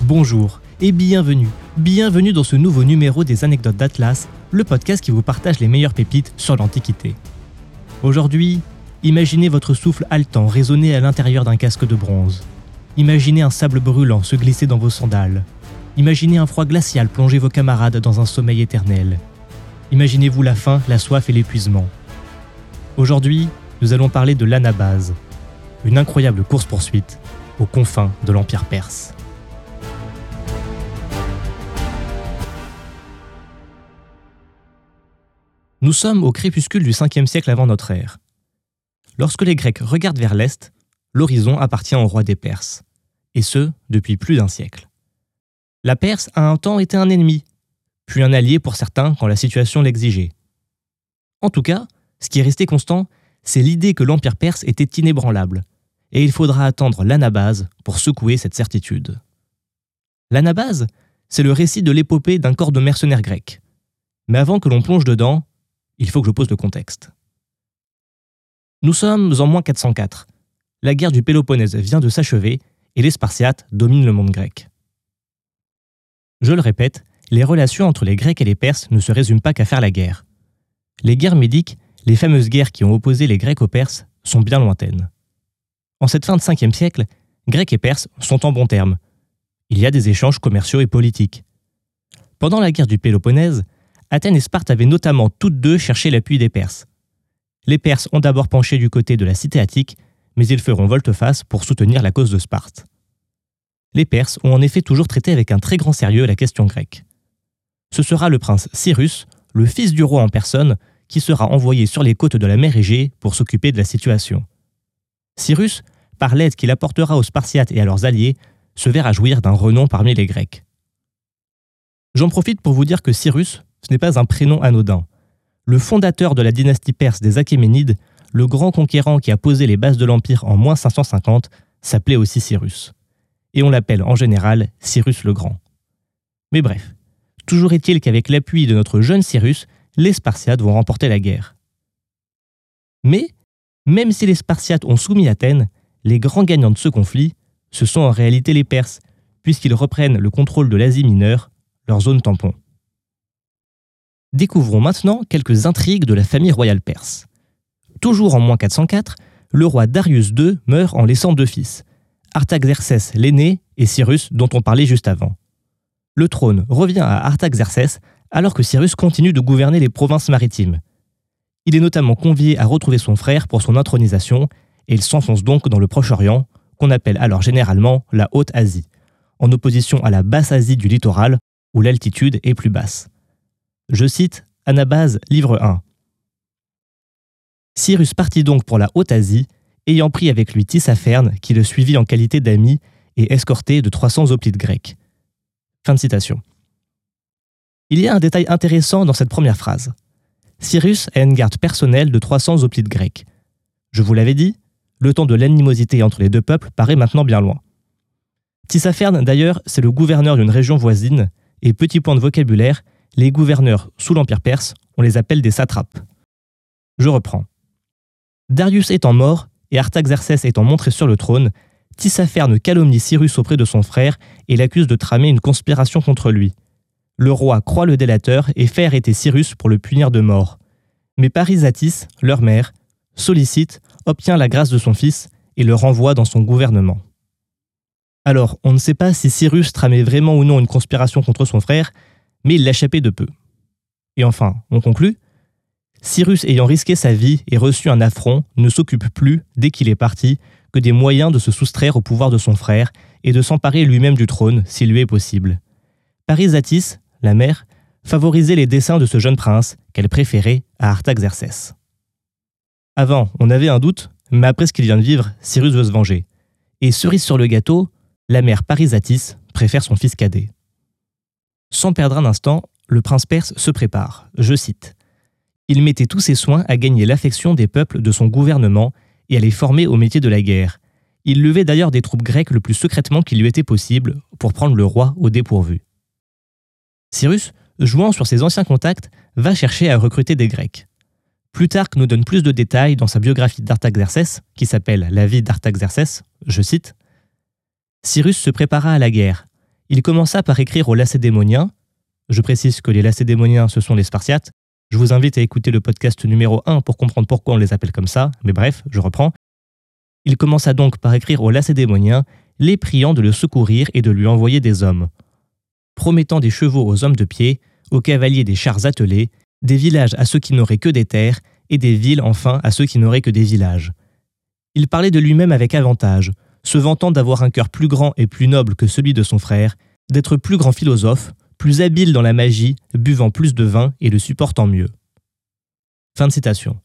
Bonjour et bienvenue dans ce nouveau numéro des Anecdotes d'Atlas, le podcast qui vous partage les meilleures pépites sur l'Antiquité. Aujourd'hui, imaginez votre souffle haletant résonner à l'intérieur d'un casque de bronze. Imaginez un sable brûlant se glisser dans vos sandales. Imaginez un froid glacial plonger vos camarades dans un sommeil éternel. Imaginez-vous la faim, la soif et l'épuisement. Aujourd'hui, nous allons parler de l'anabase, une incroyable course-poursuite aux confins de l'Empire perse. Nous sommes au crépuscule du 5e siècle avant notre ère. Lorsque les Grecs regardent vers l'est, l'horizon appartient au roi des Perses, et ce, depuis plus d'un siècle. La Perse a un temps été un ennemi, puis un allié pour certains quand la situation l'exigeait. En tout cas, ce qui est resté constant, c'est l'idée que l'Empire perse était inébranlable, et il faudra attendre l'anabase pour secouer cette certitude. L'anabase, c'est le récit de l'épopée d'un corps de mercenaires grecs. Mais avant que l'on plonge dedans, il faut que je pose le contexte. Nous sommes en moins 404. La guerre du Péloponnèse vient de s'achever et les Spartiates dominent le monde grec. Je le répète, les relations entre les Grecs et les Perses ne se résument pas qu'à faire la guerre. Les guerres médiques, les fameuses guerres qui ont opposé les Grecs aux Perses, sont bien lointaines. En cette fin de 5e siècle, Grecs et Perses sont en bons termes. Il y a des échanges commerciaux et politiques. Pendant la guerre du Péloponnèse, Athènes et Sparte avaient notamment toutes deux cherché l'appui des Perses. Les Perses ont d'abord penché du côté de la cité attique, mais ils feront volte-face pour soutenir la cause de Sparte. Les Perses ont en effet toujours traité avec un très grand sérieux la question grecque. Ce sera le prince Cyrus, le fils du roi en personne, qui sera envoyé sur les côtes de la mer Égée pour s'occuper de la situation. Cyrus, par l'aide qu'il apportera aux Spartiates et à leurs alliés, se verra jouir d'un renom parmi les Grecs. J'en profite pour vous dire que Cyrus, ce n'est pas un prénom anodin. Le fondateur de la dynastie perse des Achéménides, le grand conquérant qui a posé les bases de l'Empire en moins 550, s'appelait aussi Cyrus. Et on l'appelle en général Cyrus le Grand. Mais bref, toujours est-il qu'avec l'appui de notre jeune Cyrus, les Spartiates vont remporter la guerre. Mais, même si les Spartiates ont soumis Athènes, les grands gagnants de ce conflit, ce sont en réalité les Perses, puisqu'ils reprennent le contrôle de l'Asie mineure, leur zone tampon. Découvrons maintenant quelques intrigues de la famille royale perse. Toujours en moins 404, le roi Darius II meurt en laissant deux fils, Artaxerxès l'aîné et Cyrus dont on parlait juste avant. Le trône revient à Artaxerxès alors que Cyrus continue de gouverner les provinces maritimes. Il est notamment convié à retrouver son frère pour son intronisation et il s'enfonce donc dans le Proche-Orient, qu'on appelle alors généralement la Haute-Asie, en opposition à la Basse-Asie du littoral où l'altitude est plus basse. Je cite Anabase, livre 1. Cyrus partit donc pour la Haute-Asie, ayant pris avec lui Tissaphernes, qui le suivit en qualité d'ami et escorté de 300 hoplites grecs. Fin de citation. Il y a un détail intéressant dans cette première phrase. Cyrus a une garde personnelle de 300 hoplites grecs. Je vous l'avais dit, le temps de l'animosité entre les deux peuples paraît maintenant bien loin. Tissaphernes, d'ailleurs, c'est le gouverneur d'une région voisine, et petit point de vocabulaire, les gouverneurs sous l'Empire perse, on les appelle des satrapes. Je reprends. Darius étant mort et Artaxerxès étant montré sur le trône, Tissaphernes calomnie Cyrus auprès de son frère et l'accuse de tramer une conspiration contre lui. Le roi croit le délateur et fait arrêter Cyrus pour le punir de mort. Mais Parysatis, leur mère, sollicite, obtient la grâce de son fils et le renvoie dans son gouvernement. Alors, on ne sait pas si Cyrus tramait vraiment ou non une conspiration contre son frère, mais il l'échappait de peu. Et enfin, on conclut, Cyrus ayant risqué sa vie et reçu un affront ne s'occupe plus, dès qu'il est parti, que des moyens de se soustraire au pouvoir de son frère et de s'emparer lui-même du trône, s'il lui est possible. Parysatis, la mère, favorisait les desseins de ce jeune prince qu'elle préférait à Artaxerxès. Avant, on avait un doute, mais après ce qu'il vient de vivre, Cyrus veut se venger. Et cerise sur le gâteau, la mère Parysatis préfère son fils cadet. Sans perdre un instant, le prince perse se prépare. Je cite. Il mettait tous ses soins à gagner l'affection des peuples de son gouvernement et à les former au métier de la guerre. Il levait d'ailleurs des troupes grecques le plus secrètement qu'il lui était possible pour prendre le roi au dépourvu. Cyrus, jouant sur ses anciens contacts, va chercher à recruter des Grecs. Plutarque nous donne plus de détails dans sa biographie d'Artaxerxès, qui s'appelle La vie d'Artaxerxès, je cite. Cyrus se prépara à la guerre. il commença par écrire aux Lacédémoniens. Je précise que les Lacédémoniens, ce sont les Spartiates. Je vous invite à écouter le podcast numéro 1 pour comprendre pourquoi on les appelle comme ça, mais bref, je reprends. Il commença donc par écrire aux Lacédémoniens, les priant de le secourir et de lui envoyer des hommes, promettant des chevaux aux hommes de pied, aux cavaliers des chars attelés, des villages à ceux qui n'auraient que des terres, et des villes enfin à ceux qui n'auraient que des villages. Il parlait de lui-même avec avantage, se vantant d'avoir un cœur plus grand et plus noble que celui de son frère, d'être plus grand philosophe, plus habile dans la magie, buvant plus de vin et le supportant mieux. Fin de citation.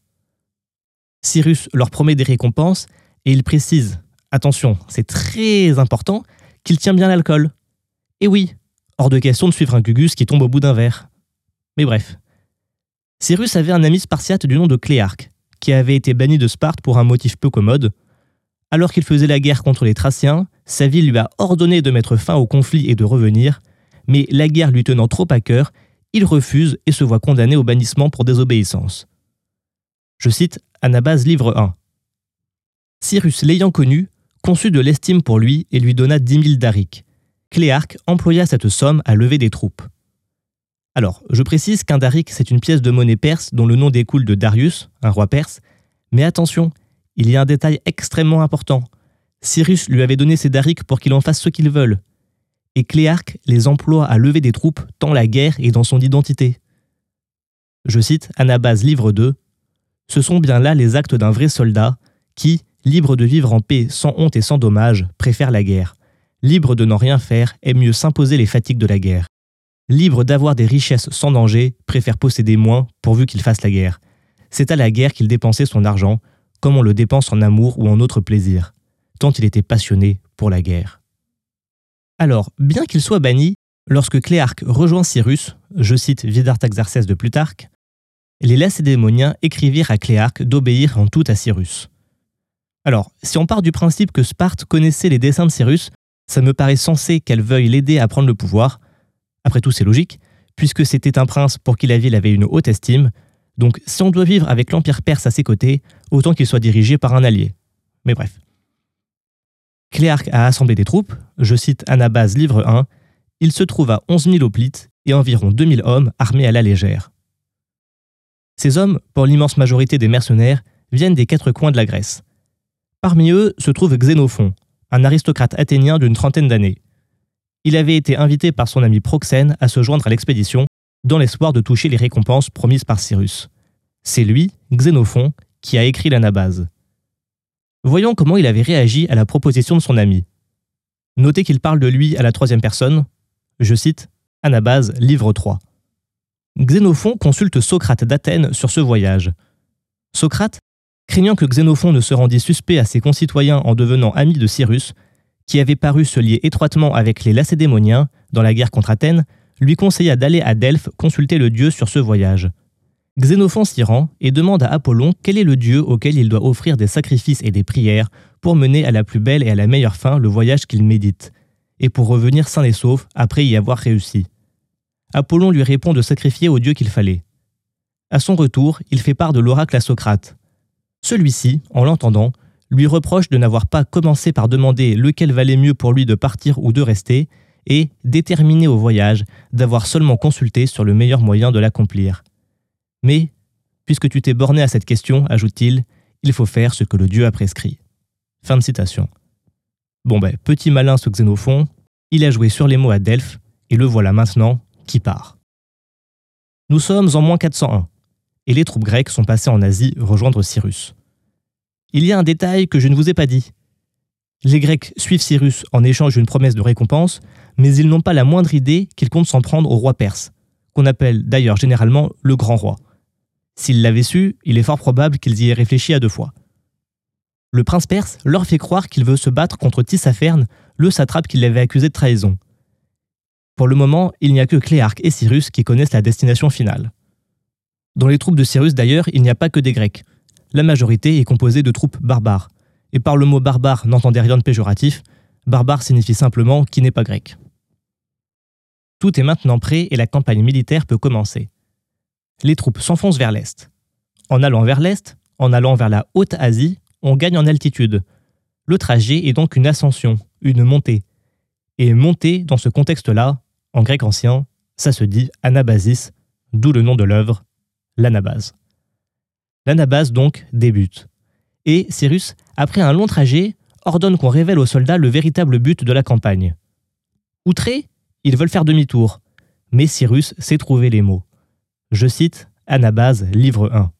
Cyrus leur promet des récompenses et il précise, attention, c'est très important, qu'il tient bien l'alcool. Et oui, hors de question de suivre un Gugus qui tombe au bout d'un verre. Mais bref. Cyrus avait un ami spartiate du nom de Cléarque, qui avait été banni de Sparte pour un motif peu commode. Alors qu'il faisait la guerre contre les Thraciens, sa ville lui a ordonné de mettre fin au conflit et de revenir, mais la guerre lui tenant trop à cœur, il refuse et se voit condamné au bannissement pour désobéissance. Je cite Anabase livre 1. Cyrus, l'ayant connu, conçut de l'estime pour lui et lui donna 10 000 darics. Cléarque employa cette somme à lever des troupes. Alors, je précise qu'un daric, c'est une pièce de monnaie perse dont le nom découle de Darius, un roi perse, mais attention, il y a un détail extrêmement important. Cyrus lui avait donné ces darics pour qu'il en fasse ce qu'il veut. Et Cléarque les emploie à lever des troupes tant la guerre est dans son identité. Je cite Anabase livre 2. Ce sont bien là les actes d'un vrai soldat qui, libre de vivre en paix sans honte et sans dommage, préfère la guerre. Libre de n'en rien faire, aime mieux s'imposer les fatigues de la guerre. Libre d'avoir des richesses sans danger, préfère posséder moins pourvu qu'il fasse la guerre. C'est à la guerre qu'il dépensait son argent, comme on le dépense en amour ou en autres plaisirs, tant il était passionné pour la guerre. Alors, bien qu'il soit banni, lorsque Cléarque rejoint Cyrus, je cite Vidartaxarcès de Plutarque, les Lacédémoniens écrivirent à Cléarque d'obéir en tout à Cyrus. Alors, si on part du principe que Sparte connaissait les desseins de Cyrus, ça me paraît sensé qu'elle veuille l'aider à prendre le pouvoir. Après tout, c'est logique, puisque c'était un prince pour qui la ville avait une haute estime, donc si on doit vivre avec l'Empire perse à ses côtés, autant qu'il soit dirigé par un allié. Mais bref. Cléarque a assemblé des troupes, je cite Anabase livre 1, il se trouve à 11 000 hoplites et environ 2 000 hommes armés à la légère. Ces hommes, pour l'immense majorité des mercenaires, viennent des 4 coins de la Grèce. Parmi eux se trouve Xénophon, un aristocrate athénien d'une 30aine d'années. Il avait été invité par son ami Proxène à se joindre à l'expédition, dans l'espoir de toucher les récompenses promises par Cyrus. C'est lui, Xénophon, qui a écrit l'Anabase. Voyons comment il avait réagi à la proposition de son ami. Notez qu'il parle de lui à la 3e personne. Je cite Anabase, livre 3. Xénophon consulte Socrate d'Athènes sur ce voyage. Socrate, craignant que Xénophon ne se rendît suspect à ses concitoyens en devenant ami de Cyrus, qui avait paru se lier étroitement avec les Lacédémoniens dans la guerre contre Athènes, lui conseilla d'aller à Delphes consulter le dieu sur ce voyage. Xénophon s'y rend et demande à Apollon quel est le dieu auquel il doit offrir des sacrifices et des prières pour mener à la plus belle et à la meilleure fin le voyage qu'il médite, et pour revenir sain et sauf après y avoir réussi. Apollon lui répond de sacrifier au dieu qu'il fallait. À son retour, il fait part de l'oracle à Socrate. Celui-ci, en l'entendant, lui reproche de n'avoir pas commencé par demander lequel valait mieux pour lui de partir ou de rester, et, déterminé au voyage, d'avoir seulement consulté sur le meilleur moyen de l'accomplir. Mais, puisque tu t'es borné à cette question, ajoute-t-il, il faut faire ce que le dieu a prescrit. Fin de citation. Bon petit malin ce Xénophon, il a joué sur les mots à Delphes, et le voilà maintenant qui part. Nous sommes en -401, et les troupes grecques sont passées en Asie rejoindre Cyrus. Il y a un détail que je ne vous ai pas dit. Les Grecs suivent Cyrus en échange d'une promesse de récompense, mais ils n'ont pas la moindre idée qu'ils comptent s'en prendre au roi perse, qu'on appelle d'ailleurs généralement le grand roi. S'ils l'avaient su, il est fort probable qu'ils y aient réfléchi à 2 fois. Le prince perse leur fait croire qu'il veut se battre contre Tissaphernes, le satrape qui l'avait accusé de trahison. Pour le moment, il n'y a que Cléarque et Cyrus qui connaissent la destination finale. Dans les troupes de Cyrus d'ailleurs, il n'y a pas que des Grecs. La majorité est composée de troupes barbares. Et par le mot barbare, n'entendez rien de péjoratif, barbare signifie simplement qui n'est pas grec. Tout est maintenant prêt et la campagne militaire peut commencer. Les troupes s'enfoncent vers l'est. En allant vers l'est, en allant vers la Haute-Asie, on gagne en altitude. Le trajet est donc une ascension, une montée. Et monter dans ce contexte-là, en grec ancien, ça se dit anabasis, d'où le nom de l'œuvre, l'anabase. L'anabase donc débute. Et Cyrus, après un long trajet, ordonne qu'on révèle aux soldats le véritable but de la campagne. Outrés, ils veulent faire demi-tour, mais Cyrus sait trouver les mots. Je cite Anabase, livre 1.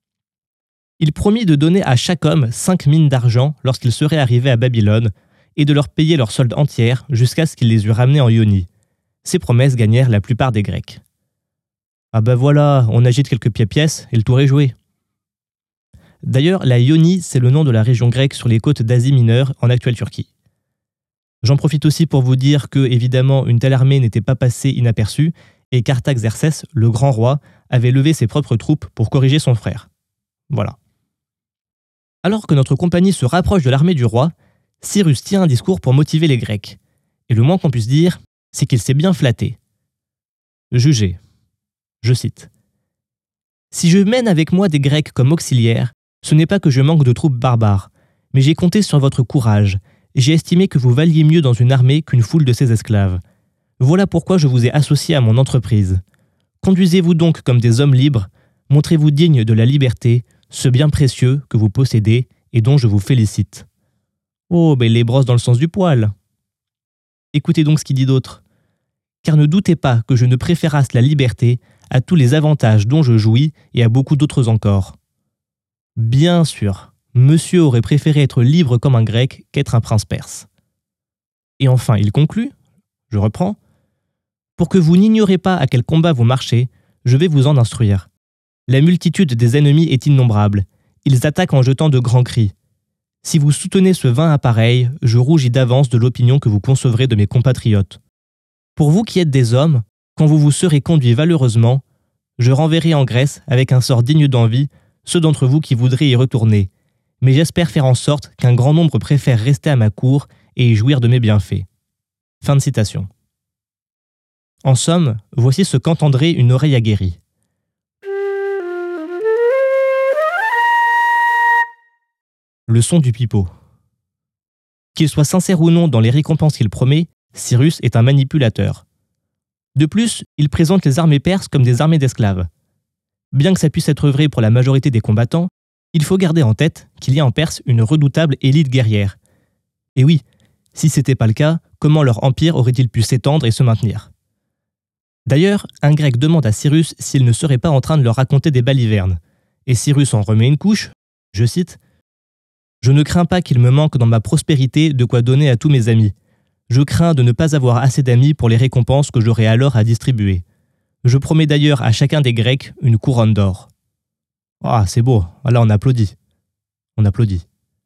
Il promit de donner à chaque homme 5 mines d'argent lorsqu'il serait arrivé à Babylone et de leur payer leur solde entière jusqu'à ce qu'il les eût ramenés en Ionie. Ces promesses gagnèrent la plupart des Grecs. Ah ben voilà, on agite quelques pièces et le tour est joué. D'ailleurs, la Ionie, c'est le nom de la région grecque sur les côtes d'Asie mineure, en actuelle Turquie. J'en profite aussi pour vous dire que, évidemment, une telle armée n'était pas passée inaperçue et qu'Artaxerxès, le grand roi, avait levé ses propres troupes pour corriger son frère. Voilà. Alors que notre compagnie se rapproche de l'armée du roi, Cyrus tient un discours pour motiver les Grecs. Et le moins qu'on puisse dire, c'est qu'il s'est bien flatté. Jugez. Je cite. « Si je mène avec moi des Grecs comme auxiliaires, ce n'est pas que je manque de troupes barbares, mais j'ai compté sur votre courage, et j'ai estimé que vous valiez mieux dans une armée qu'une foule de ces esclaves. Voilà pourquoi je vous ai associé à mon entreprise. Conduisez-vous donc comme des hommes libres, montrez-vous dignes de la liberté, ce bien précieux que vous possédez et dont je vous félicite. » Oh, mais les brosses dans le sens du poil. Écoutez donc ce qu'il dit d'autre. « Car ne doutez pas que je ne préférasse la liberté à tous les avantages dont je jouis et à beaucoup d'autres encore. Bien sûr, monsieur aurait préféré être libre comme un grec qu'être un prince perse. » Et enfin, il conclut, je reprends, « Pour que vous n'ignorez pas à quel combat vous marchez, je vais vous en instruire. La multitude des ennemis est innombrable. Ils attaquent en jetant de grands cris. Si vous soutenez ce vain appareil, je rougis d'avance de l'opinion que vous concevrez de mes compatriotes. Pour vous qui êtes des hommes, quand vous vous serez conduits valeureusement, je renverrai en Grèce, avec un sort digne d'envie, ceux d'entre vous qui voudraient y retourner. Mais j'espère faire en sorte qu'un grand nombre préfère rester à ma cour et y jouir de mes bienfaits. » Fin de citation. En somme, voici ce qu'entendrait une oreille aguerrie. Le son du pipeau. Qu'il soit sincère ou non dans les récompenses qu'il promet, Cyrus est un manipulateur. De plus, il présente les armées perses comme des armées d'esclaves. Bien que ça puisse être vrai pour la majorité des combattants, il faut garder en tête qu'il y a en Perse une redoutable élite guerrière. Et oui, si c'était pas le cas, comment leur empire aurait-il pu s'étendre et se maintenir? D'ailleurs, un Grec demande à Cyrus s'il ne serait pas en train de leur raconter des balivernes. Et Cyrus en remet une couche, je cite, « Je ne crains pas qu'il me manque dans ma prospérité de quoi donner à tous mes amis. Je crains de ne pas avoir assez d'amis pour les récompenses que j'aurai alors à distribuer. Je promets d'ailleurs à chacun des Grecs une couronne d'or. » Ah, c'est beau, là on applaudit. On applaudit.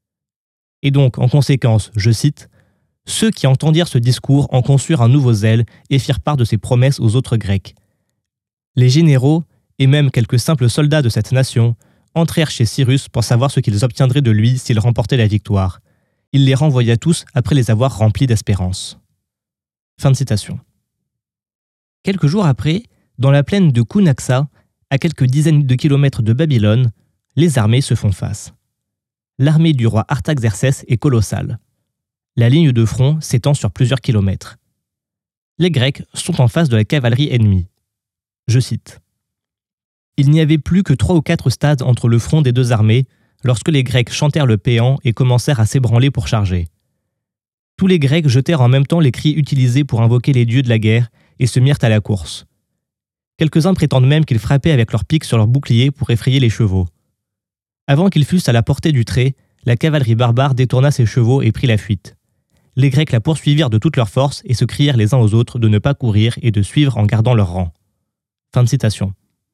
Et donc, en conséquence, je cite, « Ceux qui entendirent ce discours en conçurent un nouveau zèle et firent part de ses promesses aux autres Grecs. Les généraux, et même quelques simples soldats de cette nation, entrèrent chez Cyrus pour savoir ce qu'ils obtiendraient de lui s'il remportait la victoire. Il les renvoya tous après les avoir remplis d'espérance. » Fin de citation. Quelques jours après, dans la plaine de Cunaxa, à quelques dizaines de kilomètres de Babylone, les armées se font face. L'armée du roi Artaxerxès est colossale. La ligne de front s'étend sur plusieurs kilomètres. Les Grecs sont en face de la cavalerie ennemie. Je cite. « Il n'y avait plus que 3 ou 4 stades entre le front des deux armées lorsque les Grecs chantèrent le péant et commencèrent à s'ébranler pour charger. Tous les Grecs jetèrent en même temps les cris utilisés pour invoquer les dieux de la guerre et se mirent à la course. Quelques-uns prétendent même qu'ils frappaient avec leurs piques sur leurs boucliers pour effrayer les chevaux. Avant qu'ils fussent à la portée du trait, la cavalerie barbare détourna ses chevaux et prit la fuite. Les Grecs la poursuivirent de toute leur force et se crièrent les uns aux autres de ne pas courir et de suivre en gardant leur rang. » Fin de citation.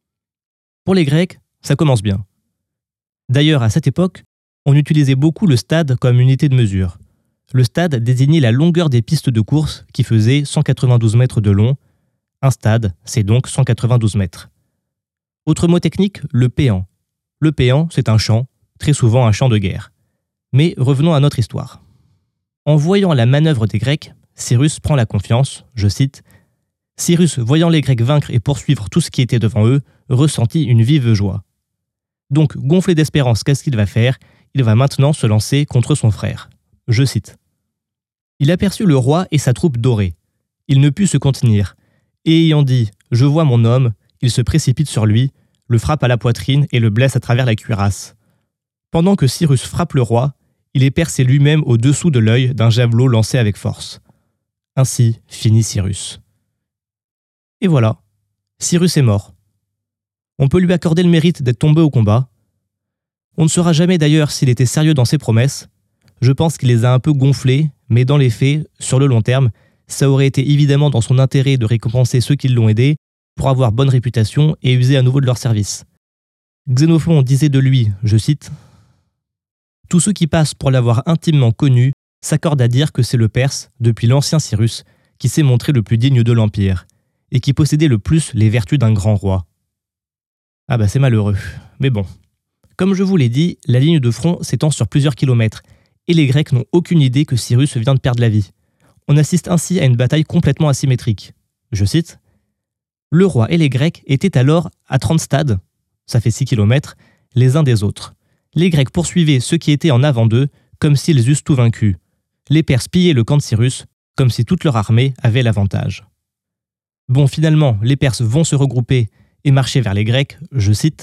Pour les Grecs, ça commence bien. D'ailleurs, à cette époque, on utilisait beaucoup le stade comme unité de mesure. Le stade désignait la longueur des pistes de course qui faisaient 192 mètres de long. Un stade, c'est donc 192 mètres. Autre mot technique, le péant. Le péant, c'est un champ, très souvent un champ de guerre. Mais revenons à notre histoire. En voyant la manœuvre des Grecs, Cyrus prend la confiance, je cite, « Cyrus, voyant les Grecs vaincre et poursuivre tout ce qui était devant eux, ressentit une vive joie. Donc, gonflé d'espérance, qu'est-ce qu'il va faire? Il va maintenant se lancer contre son frère. » Je cite. Il aperçut le roi et sa troupe dorée. Il ne put se contenir, et ayant dit « Je vois mon homme », il se précipite sur lui, le frappe à la poitrine et le blesse à travers la cuirasse. Pendant que Cyrus frappe le roi, il est percé lui-même au-dessous de l'œil d'un javelot lancé avec force. Ainsi finit Cyrus. Et voilà, Cyrus est mort. On peut lui accorder le mérite d'être tombé au combat. On ne saura jamais d'ailleurs s'il était sérieux dans ses promesses. Je pense qu'il les a un peu gonflées, mais dans les faits, sur le long terme, ça aurait été évidemment dans son intérêt de récompenser ceux qui l'ont aidé pour avoir bonne réputation et user à nouveau de leur service. Xénophon disait de lui, je cite, « Tous ceux qui passent pour l'avoir intimement connu s'accordent à dire que c'est le Perse, depuis l'ancien Cyrus, qui s'est montré le plus digne de l'Empire, et qui possédait le plus les vertus d'un grand roi. » Ah bah c'est malheureux, mais bon. Comme je vous l'ai dit, la ligne de front s'étend sur plusieurs kilomètres, et les Grecs n'ont aucune idée que Cyrus vient de perdre la vie. On assiste ainsi à une bataille complètement asymétrique. Je cite, « Le roi et les Grecs étaient alors à 30 stades, ça fait 6 kilomètres, les uns des autres. Les Grecs poursuivaient ceux qui étaient en avant d'eux, comme s'ils eussent tout vaincu. Les Perses pillaient le camp de Cyrus, comme si toute leur armée avait l'avantage. » Bon, finalement, les Perses vont se regrouper et marcher vers les Grecs, je cite,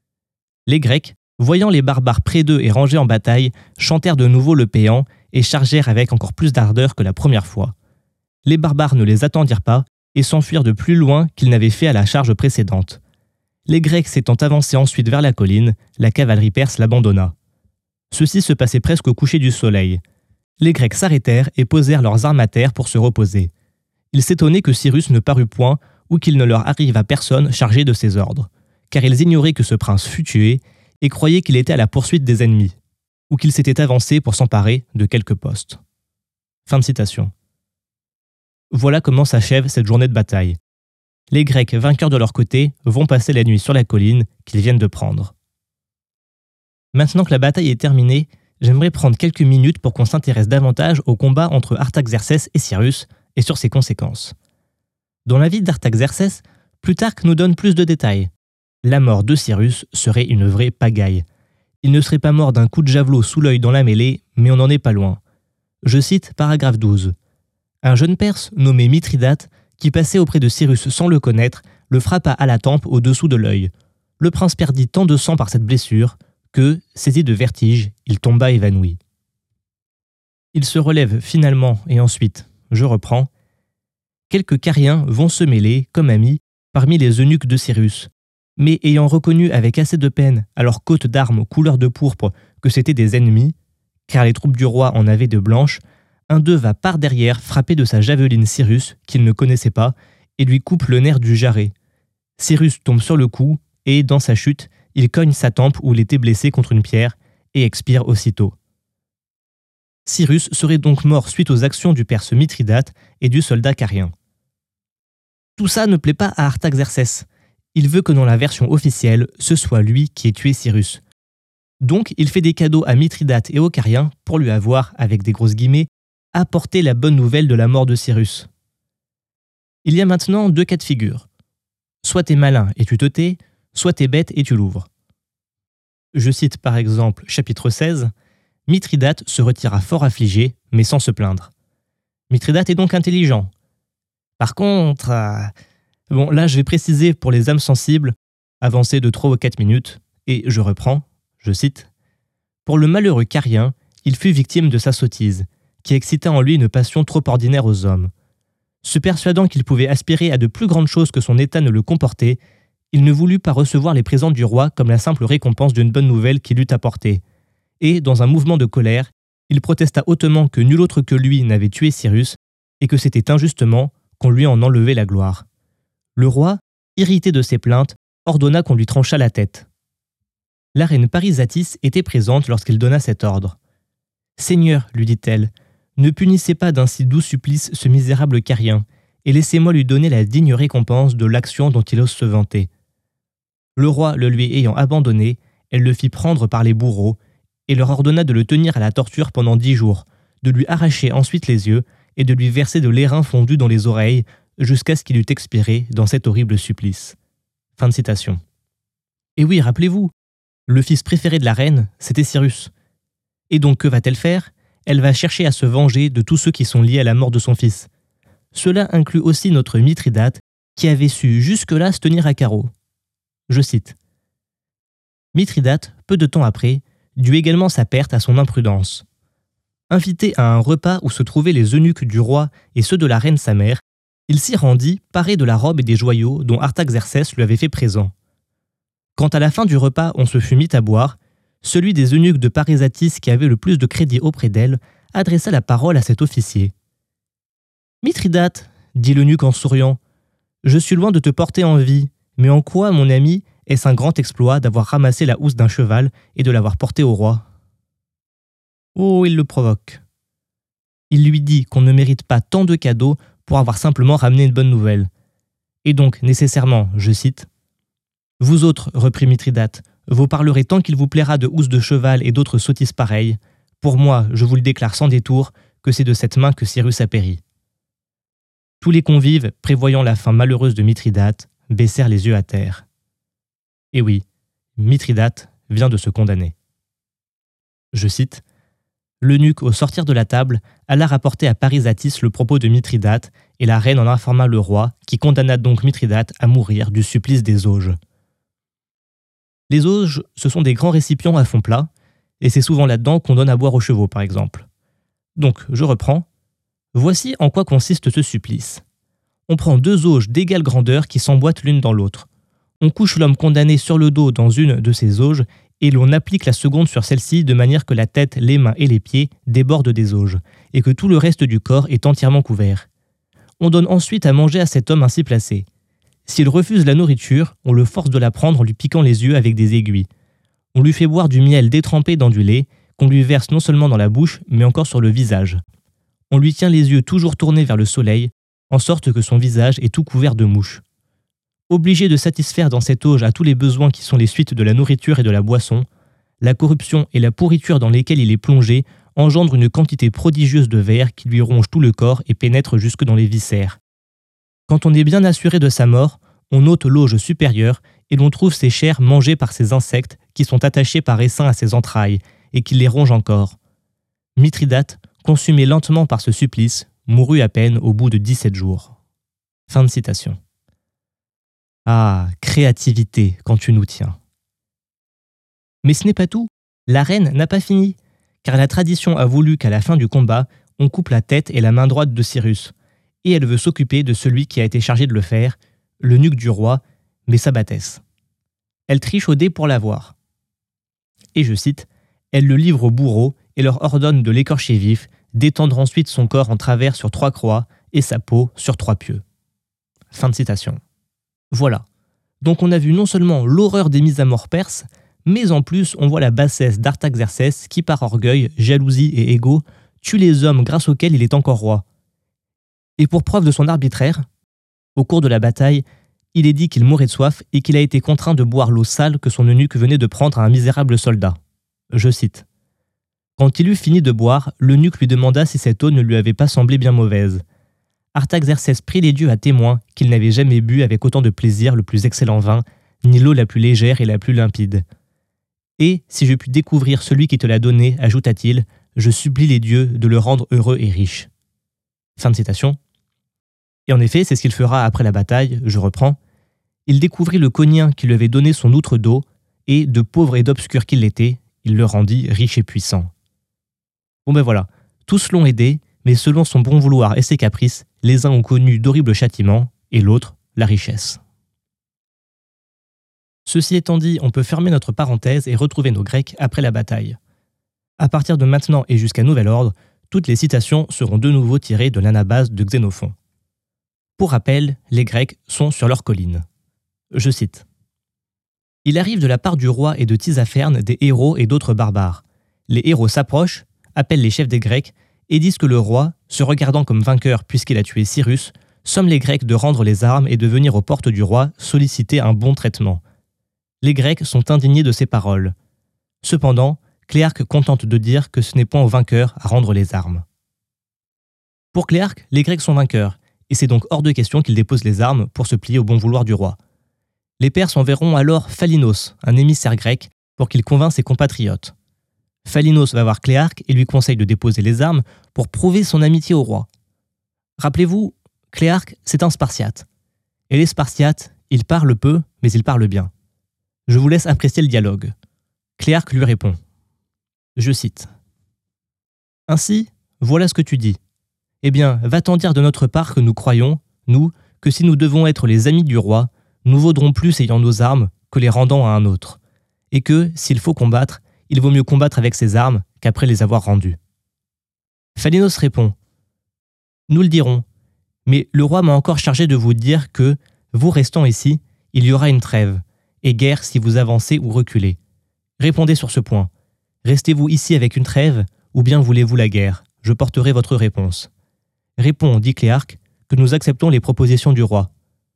« Les Grecs, voyant les barbares près d'eux et rangés en bataille, chantèrent de nouveau le péant et chargèrent avec encore plus d'ardeur que la première fois. Les barbares ne les attendirent pas et s'enfuirent de plus loin qu'ils n'avaient fait à la charge précédente. Les Grecs s'étant avancés ensuite vers la colline, la cavalerie perse l'abandonna. Ceci se passait presque au coucher du soleil. Les Grecs s'arrêtèrent et posèrent leurs armes à terre pour se reposer. Ils s'étonnaient que Cyrus ne parut point ou qu'il ne leur arriva personne chargé de ses ordres, car ils ignoraient que ce prince fût tué et croyaient qu'il était à la poursuite des ennemis, ou qu'il s'était avancé pour s'emparer de quelques postes. » Fin de citation. Voilà comment s'achève cette journée de bataille. Les Grecs, vainqueurs de leur côté, vont passer la nuit sur la colline qu'ils viennent de prendre. Maintenant que la bataille est terminée, j'aimerais prendre quelques minutes pour qu'on s'intéresse davantage au combat entre Artaxerxès et Cyrus et sur ses conséquences. Dans la vie d'Artaxerxès, Plutarque nous donne plus de détails. La mort de Cyrus serait une vraie pagaille. Il ne serait pas mort d'un coup de javelot sous l'œil dans la mêlée, mais on n'en est pas loin. Je cite paragraphe 12. Un jeune Perse nommé Mithridate, qui passait auprès de Cyrus sans le connaître, le frappa à la tempe au-dessous de l'œil. Le prince perdit tant de sang par cette blessure que, saisi de vertige, il tomba évanoui. Il se relève finalement et ensuite, je reprends, quelques Cariens vont se mêler, comme amis, parmi les eunuques de Cyrus, mais ayant reconnu avec assez de peine à leur cotte d'armes couleur de pourpre que c'étaient des ennemis, car les troupes du roi en avaient de blanches, un d'eux va par derrière frapper de sa javeline Cyrus, qu'il ne connaissait pas, et lui coupe le nerf du jarret. Cyrus tombe sur le cou, et, dans sa chute, il cogne sa tempe où il était blessé contre une pierre, et expire aussitôt. Cyrus serait donc mort suite aux actions du Perse Mithridate et du soldat carien. Tout ça ne plaît pas à Artaxerxès. Il veut que dans la version officielle, ce soit lui qui ait tué Cyrus. Donc, il fait des cadeaux à Mithridate et aux Cariens pour lui avoir, avec des grosses guillemets, apporté la bonne nouvelle de la mort de Cyrus. Il y a maintenant 2 cas de figure. Soit t'es malin et tu te tais, soit t'es bête et tu l'ouvres. Je cite par exemple chapitre 16, Mithridate se retira fort affligé, mais sans se plaindre. Mithridate est donc intelligent. Par contre, bon là je vais préciser pour les âmes sensibles, avancer de 3 ou 4 minutes, et je reprends, je cite, « Pour le malheureux Carien, il fut victime de sa sottise, qui excita en lui une passion trop ordinaire aux hommes. Se persuadant qu'il pouvait aspirer à de plus grandes choses que son état ne le comportait, il ne voulut pas recevoir les présents du roi comme la simple récompense d'une bonne nouvelle qu'il eût apportée. Et, dans un mouvement de colère, il protesta hautement que nul autre que lui n'avait tué Cyrus et que c'était injustement qu'on lui en enlevait la gloire. Le roi, irrité de ses plaintes, ordonna qu'on lui tranchât la tête. La reine Parisatis était présente lorsqu'il donna cet ordre. « Seigneur, lui dit-elle, ne punissez pas d'un si doux supplice ce misérable Carien, et laissez-moi lui donner la digne récompense de l'action dont il ose se vanter. » Le roi le lui ayant abandonné, elle le fit prendre par les bourreaux, et leur ordonna de le tenir à la torture pendant 10 jours, de lui arracher ensuite les yeux, et de lui verser de l'airain fondu dans les oreilles, jusqu'à ce qu'il eût expiré dans cet horrible supplice. Fin de citation. Et oui, rappelez-vous, le fils préféré de la reine, c'était Cyrus. Et donc que va-t-elle faire ? elle va chercher à se venger de tous ceux qui sont liés à la mort de son fils. Cela inclut aussi notre Mithridate, qui avait su jusque-là se tenir à carreau. Je cite. Mithridate, peu de temps après, dut également sa perte à son imprudence. Invité à un repas où se trouvaient les eunuques du roi et ceux de la reine sa mère, il s'y rendit, paré de la robe et des joyaux dont Artaxerxès lui avait fait présent. Quand à la fin du repas on se fut mis à boire, celui des eunuques de Parysatis qui avait le plus de crédit auprès d'elle adressa la parole à cet officier. « Mithridate, dit l'eunuque en souriant, je suis loin de te porter envie, mais en quoi, mon ami, est-ce un grand exploit d'avoir ramassé la housse d'un cheval et de l'avoir porté au roi ?» Oh, il le provoque. Il lui dit qu'on ne mérite pas tant de cadeaux pour avoir simplement ramené une bonne nouvelle. Et donc, nécessairement, je cite, « Vous autres, reprit Mithridate, vous parlerez tant qu'il vous plaira de housses de cheval et d'autres sottises pareilles. Pour moi, je vous le déclare sans détour, que c'est de cette main que Cyrus a péri. » Tous les convives, prévoyant la fin malheureuse de Mithridate, baissèrent les yeux à terre. Et oui, Mithridate vient de se condamner. Je cite, « L'eunuque, au sortir de la table, alla rapporter à Parysatis le propos de Mithridate, et la reine en informa le roi, qui condamna donc Mithridate à mourir du supplice des auges. » Les auges, ce sont des grands récipients à fond plat, et c'est souvent là-dedans qu'on donne à boire aux chevaux, par exemple. Donc, je reprends. Voici en quoi consiste ce supplice. On prend 2 auges d'égale grandeur qui s'emboîtent l'une dans l'autre. On couche l'homme condamné sur le dos dans une de ces auges et l'on applique la seconde sur celle-ci de manière que la tête, les mains et les pieds débordent des auges et que tout le reste du corps est entièrement couvert. On donne ensuite à manger à cet homme ainsi placé. S'il refuse la nourriture, on le force de la prendre en lui piquant les yeux avec des aiguilles. On lui fait boire du miel détrempé dans du lait qu'on lui verse non seulement dans la bouche mais encore sur le visage. On lui tient les yeux toujours tournés vers le soleil, en sorte que son visage est tout couvert de mouches. Obligé de satisfaire dans cette auge à tous les besoins qui sont les suites de la nourriture et de la boisson, la corruption et la pourriture dans lesquelles il est plongé engendrent une quantité prodigieuse de vers qui lui rongent tout le corps et pénètrent jusque dans les viscères. Quand on est bien assuré de sa mort, on ôte l'auge supérieure et l'on trouve ses chairs mangées par ces insectes qui sont attachés par essaim à ses entrailles et qui les rongent encore. Mithridate, consumé lentement par ce supplice, mourut à peine au bout de 17 jours. Fin de citation. Ah, créativité quand tu nous tiens. Mais ce n'est pas tout. La reine n'a pas fini, car la tradition a voulu qu'à la fin du combat, on coupe la tête et la main droite de Cyrus, et elle veut s'occuper de celui qui a été chargé de le faire, l'eunuque du roi, Messabatès. Elle triche au dé pour l'avoir. Et je cite, « Elle le livre au bourreau et leur ordonne de l'écorcher vif, d'étendre ensuite son corps en travers sur 3 croix et sa peau sur 3 pieux. » Fin de citation. Voilà. Donc on a vu non seulement l'horreur des mises à mort perses, mais en plus on voit la bassesse d'Artaxerxès qui, par orgueil, jalousie et égo, tue les hommes grâce auxquels il est encore roi. Et pour preuve de son arbitraire, au cours de la bataille, il est dit qu'il mourait de soif et qu'il a été contraint de boire l'eau sale que son eunuque venait de prendre à un misérable soldat. Je cite. Quand il eut fini de boire, l'eunuque lui demanda si cette eau ne lui avait pas semblé bien mauvaise. Artaxerxès prit les dieux à témoin qu'il n'avait jamais bu avec autant de plaisir le plus excellent vin, ni l'eau la plus légère et la plus limpide. Et, si je puis découvrir celui qui te l'a donné, ajouta-t-il, je supplie les dieux de le rendre heureux et riche. Fin de citation. Et en effet, c'est ce qu'il fera après la bataille, je reprends. Il découvrit le cognien qui lui avait donné son outre d'eau, et, de pauvre et d'obscur qu'il l'était, il le rendit riche et puissant. Bon ben voilà, tous l'ont aidé, mais selon son bon vouloir et ses caprices, les uns ont connu d'horribles châtiments, et l'autre, la richesse. Ceci étant dit, on peut fermer notre parenthèse et retrouver nos Grecs après la bataille. À partir de maintenant et jusqu'à nouvel ordre, toutes les citations seront de nouveau tirées de l'Anabase de Xénophon. Pour rappel, les Grecs sont sur leur colline. Je cite. « Il arrive de la part du roi et de Tisapherne des héros et d'autres barbares. Les héros s'approchent, appellent les chefs des Grecs et disent que le roi, se regardant comme vainqueur puisqu'il a tué Cyrus, somme les Grecs de rendre les armes et de venir aux portes du roi solliciter un bon traitement. Les Grecs sont indignés de ces paroles. Cependant, Cléarque contente de dire que ce n'est point aux vainqueurs à rendre les armes. Pour Cléarque, les Grecs sont vainqueurs, et c'est donc hors de question qu'ils déposent les armes pour se plier au bon vouloir du roi. Les Perses enverront alors Phalinos, un émissaire grec, pour qu'il convainc ses compatriotes. Phalinos va voir Cléarque et lui conseille de déposer les armes pour prouver son amitié au roi. Rappelez-vous, Cléarque, c'est un Spartiate. Et les Spartiates, ils parlent peu, mais ils parlent bien. Je vous laisse apprécier le dialogue. Cléarque lui répond. Je cite. « Ainsi, voilà ce que tu dis. Eh bien, va-t'en dire de notre part que nous croyons, nous, que si nous devons être les amis du roi, nous vaudrons plus ayant nos armes que les rendant à un autre. Et que, s'il faut combattre, il vaut mieux combattre avec ses armes qu'après les avoir rendues. » Phalinos répond. « Nous le dirons, mais le roi m'a encore chargé de vous dire que, vous restant ici, il y aura une trêve, et guerre si vous avancez ou reculez. Répondez sur ce point. Restez-vous ici avec une trêve, ou bien voulez-vous la guerre? Je porterai votre réponse. » Réponds, dit Cléarque, que nous acceptons les propositions du roi.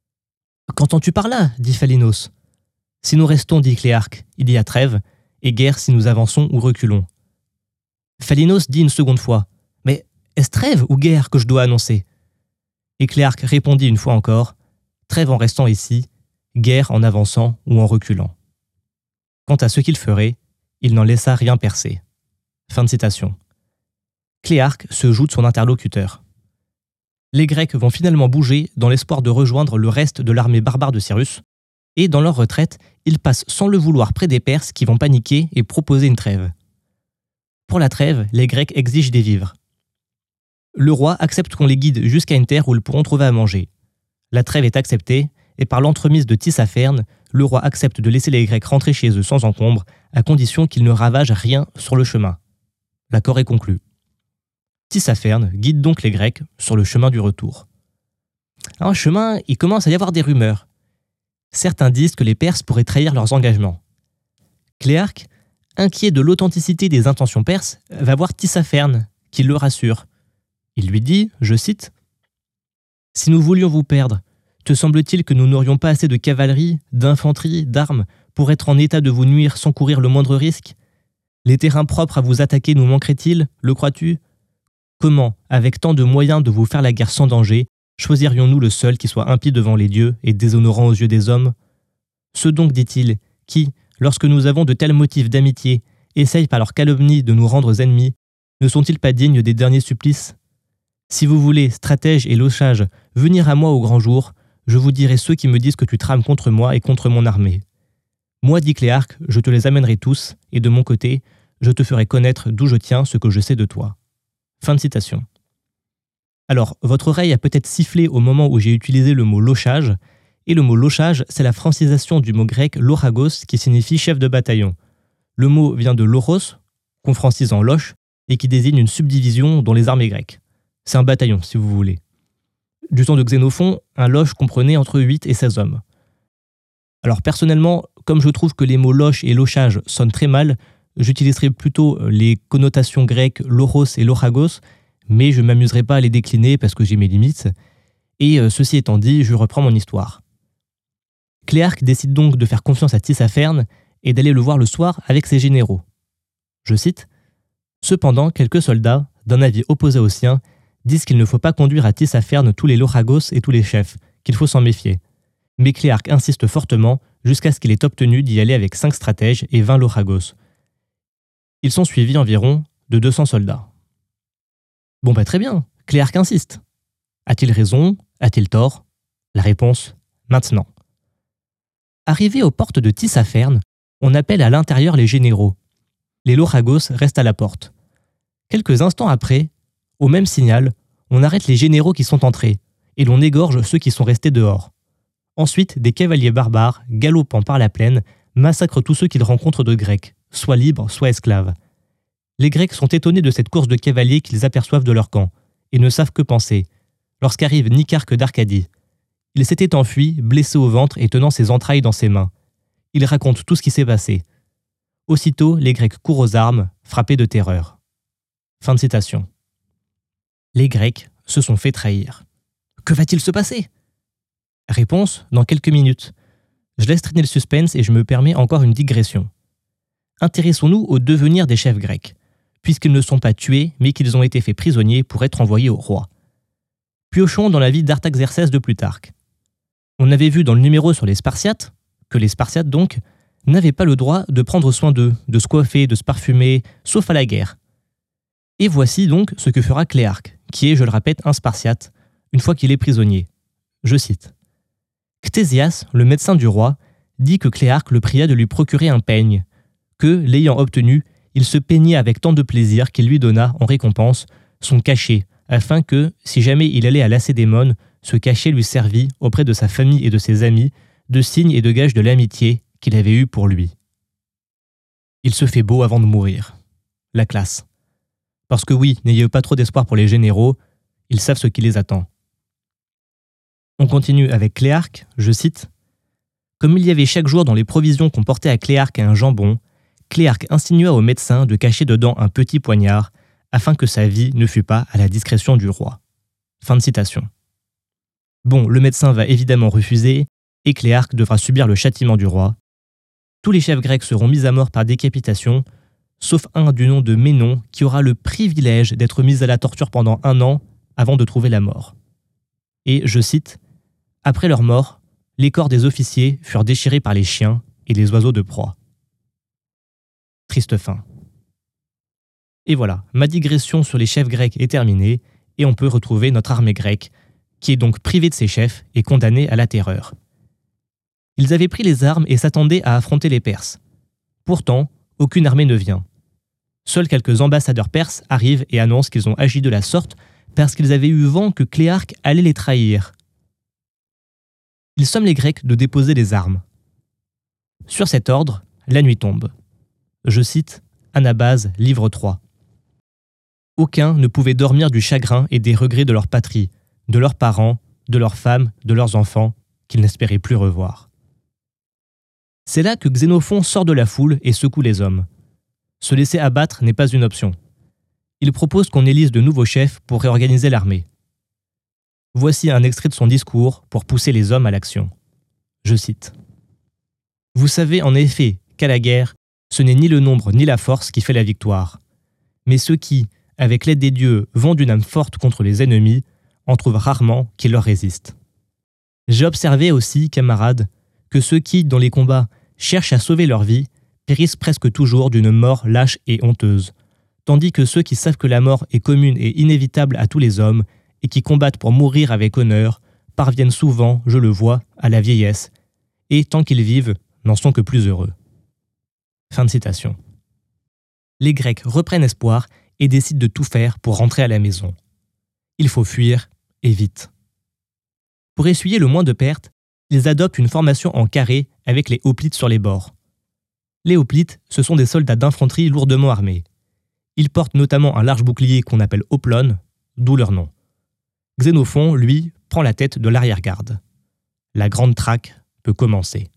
« Qu'entends-tu par là? Dit Phalinos. Si nous restons, dit Cléarque, il y a trêve, et guerre si nous avançons ou reculons. Phalinos dit une seconde fois. Mais est-ce trêve ou guerre que je dois annoncer? Et Cléarque répondit une fois encore. Trêve en restant ici, guerre en avançant ou en reculant. Quant à ce qu'il ferait, il n'en laissa rien percer. Fin de citation. Cléarque se joue de son interlocuteur. Les Grecs vont finalement bouger dans l'espoir de rejoindre le reste de l'armée barbare de Cyrus, et dans leur retraite, ils passent sans le vouloir près des Perses qui vont paniquer et proposer une trêve. Pour la trêve, les Grecs exigent des vivres. Le roi accepte qu'on les guide jusqu'à une terre où ils pourront trouver à manger. La trêve est acceptée, et par l'entremise de Tissaphernes, le roi accepte de laisser les Grecs rentrer chez eux sans encombre, à condition qu'ils ne ravagent rien sur le chemin. L'accord est conclu. Tissaphernes guide donc les Grecs sur le chemin du retour. En chemin, il commence à y avoir des rumeurs. Certains disent que les Perses pourraient trahir leurs engagements. Cléarque, inquiet de l'authenticité des intentions perses, va voir Tissaphernes, qui le rassure. Il lui dit, je cite, « Si nous voulions vous perdre, te semble-t-il que nous n'aurions pas assez de cavalerie, d'infanterie, d'armes pour être en état de vous nuire sans courir le moindre risque? Les terrains propres à vous attaquer nous manqueraient-ils, le crois-tu? Comment, avec tant de moyens de vous faire la guerre sans danger, choisirions-nous le seul qui soit impie devant les dieux et déshonorant aux yeux des hommes? Ceux donc, dit-il, qui, lorsque nous avons de tels motifs d'amitié, essayent par leur calomnie de nous rendre ennemis, ne sont-ils pas dignes des derniers supplices? Si vous voulez, stratège et lochage, venir à moi au grand jour, je vous dirai ceux qui me disent que tu trames contre moi et contre mon armée. Moi, dit Cléarque, je te les amènerai tous, et de mon côté, je te ferai connaître d'où je tiens ce que je sais de toi. » Fin de citation. Alors, votre oreille a peut-être sifflé au moment où j'ai utilisé le mot lochage, et le mot lochage, c'est la francisation du mot grec loragos qui signifie chef de bataillon. Le mot vient de loros, qu'on francise en loche, et qui désigne une subdivision dans les armées grecques. C'est un bataillon, si vous voulez. Du temps de Xénophon, un loche comprenait entre 8 et 16 hommes. Alors personnellement, comme je trouve que les mots loche et lochage sonnent très mal, j'utiliserai plutôt les connotations grecques loros et loragos, mais je ne m'amuserai pas à les décliner parce que j'ai mes limites. Et ceci étant dit, je reprends mon histoire. Cléarque décide donc de faire confiance à Tissaphernes et d'aller le voir le soir avec ses généraux. Je cite, « Cependant, quelques soldats, d'un avis opposé au sien, disent qu'il ne faut pas conduire à Tissaphernes tous les loragos et tous les chefs, qu'il faut s'en méfier. Mais Cléarque insiste fortement jusqu'à ce qu'il ait obtenu d'y aller avec 5 stratèges et 20 loragos. Ils sont suivis environ de 200 soldats. Bon bah très bien, Cléarque insiste. A-t-il raison? A-t-il tort? La réponse, maintenant. Arrivé aux portes de Tissaphernes, on appelle à l'intérieur les généraux. Les loragos restent à la porte. Quelques instants après, au même signal, on arrête les généraux qui sont entrés, et l'on égorge ceux qui sont restés dehors. Ensuite, des cavaliers barbares, galopant par la plaine, massacrent tous ceux qu'ils rencontrent de Grecs, soit libres, soit esclaves. Les Grecs sont étonnés de cette course de cavaliers qu'ils aperçoivent de leur camp, et ne savent que penser, lorsqu'arrive Nicarque d'Arcadie. Il s'était enfui, blessé au ventre et tenant ses entrailles dans ses mains. Il raconte tout ce qui s'est passé. Aussitôt, les Grecs courent aux armes, frappés de terreur. Fin de citation. Les Grecs se sont fait trahir. Que va-t-il se passer? Réponse, dans quelques minutes. Je laisse traîner le suspense et je me permets encore une digression. Intéressons-nous au devenir des chefs grecs, puisqu'ils ne sont pas tués, mais qu'ils ont été faits prisonniers pour être envoyés au roi. Piochons dans la vie d'Artaxerxès de Plutarque. On avait vu dans le numéro sur les Spartiates, que les Spartiates donc, n'avaient pas le droit de prendre soin d'eux, de se coiffer, de se parfumer, sauf à la guerre. Et voici donc ce que fera Cléarque, qui est, je le répète, un Spartiate, une fois qu'il est prisonnier. Je cite. Ctésias, le médecin du roi, dit que Cléarque le pria de lui procurer un peigne, que, l'ayant obtenu, il se peignit avec tant de plaisir qu'il lui donna, en récompense, son cachet, afin que, si jamais il allait à Lacédémone, ce cachet lui servit, auprès de sa famille et de ses amis, de signe et de gage de l'amitié qu'il avait eue pour lui. Il se fait beau avant de mourir. La classe. Parce que oui, n'ayez pas trop d'espoir pour les généraux, ils savent ce qui les attend. On continue avec Cléarque, je cite. Comme il y avait chaque jour dans les provisions qu'on portait à Cléarque un jambon, Cléarque insinua au médecin de cacher dedans un petit poignard, afin que sa vie ne fût pas à la discrétion du roi. Fin de citation. Bon, le médecin va évidemment refuser, et Cléarque devra subir le châtiment du roi. Tous les chefs grecs seront mis à mort par décapitation, sauf un du nom de Ménon qui aura le privilège d'être mis à la torture pendant 1 an avant de trouver la mort. Et, je cite, « Après leur mort, les corps des officiers furent déchirés par les chiens et les oiseaux de proie. » Triste fin. Et voilà, ma digression sur les chefs grecs est terminée et on peut retrouver notre armée grecque, qui est donc privée de ses chefs et condamnée à la terreur. Ils avaient pris les armes et s'attendaient à affronter les Perses. Pourtant, aucune armée ne vient. Seuls quelques ambassadeurs perses arrivent et annoncent qu'ils ont agi de la sorte parce qu'ils avaient eu vent que Cléarque allait les trahir. Ils somment les Grecs de déposer les armes. Sur cet ordre, la nuit tombe. Je cite Anabase, livre 3. Aucun ne pouvait dormir du chagrin et des regrets de leur patrie, de leurs parents, de leurs femmes, de leurs enfants, qu'ils n'espéraient plus revoir. C'est là que Xénophon sort de la foule et secoue les hommes. Se laisser abattre n'est pas une option. Il propose qu'on élise de nouveaux chefs pour réorganiser l'armée. Voici un extrait de son discours pour pousser les hommes à l'action. Je cite. « Vous savez en effet qu'à la guerre, ce n'est ni le nombre ni la force qui fait la victoire, mais ceux qui, avec l'aide des dieux, vont d'une âme forte contre les ennemis, en trouvent rarement qui leur résistent. J'ai observé aussi, camarades, que ceux qui, dans les combats, cherchent à sauver leur vie, périssent presque toujours d'une mort lâche et honteuse, tandis que ceux qui savent que la mort est commune et inévitable à tous les hommes, et qui combattent pour mourir avec honneur, parviennent souvent, je le vois, à la vieillesse, et tant qu'ils vivent, n'en sont que plus heureux. » Fin de citation. Les Grecs reprennent espoir et décident de tout faire pour rentrer à la maison. Il faut fuir, et vite. Pour essuyer le moins de pertes, ils adoptent une formation en carré avec les hoplites sur les bords. Les hoplites, ce sont des soldats d'infanterie lourdement armés. Ils portent notamment un large bouclier qu'on appelle hoplon, d'où leur nom. Xénophon, lui, prend la tête de l'arrière-garde. La grande traque peut commencer.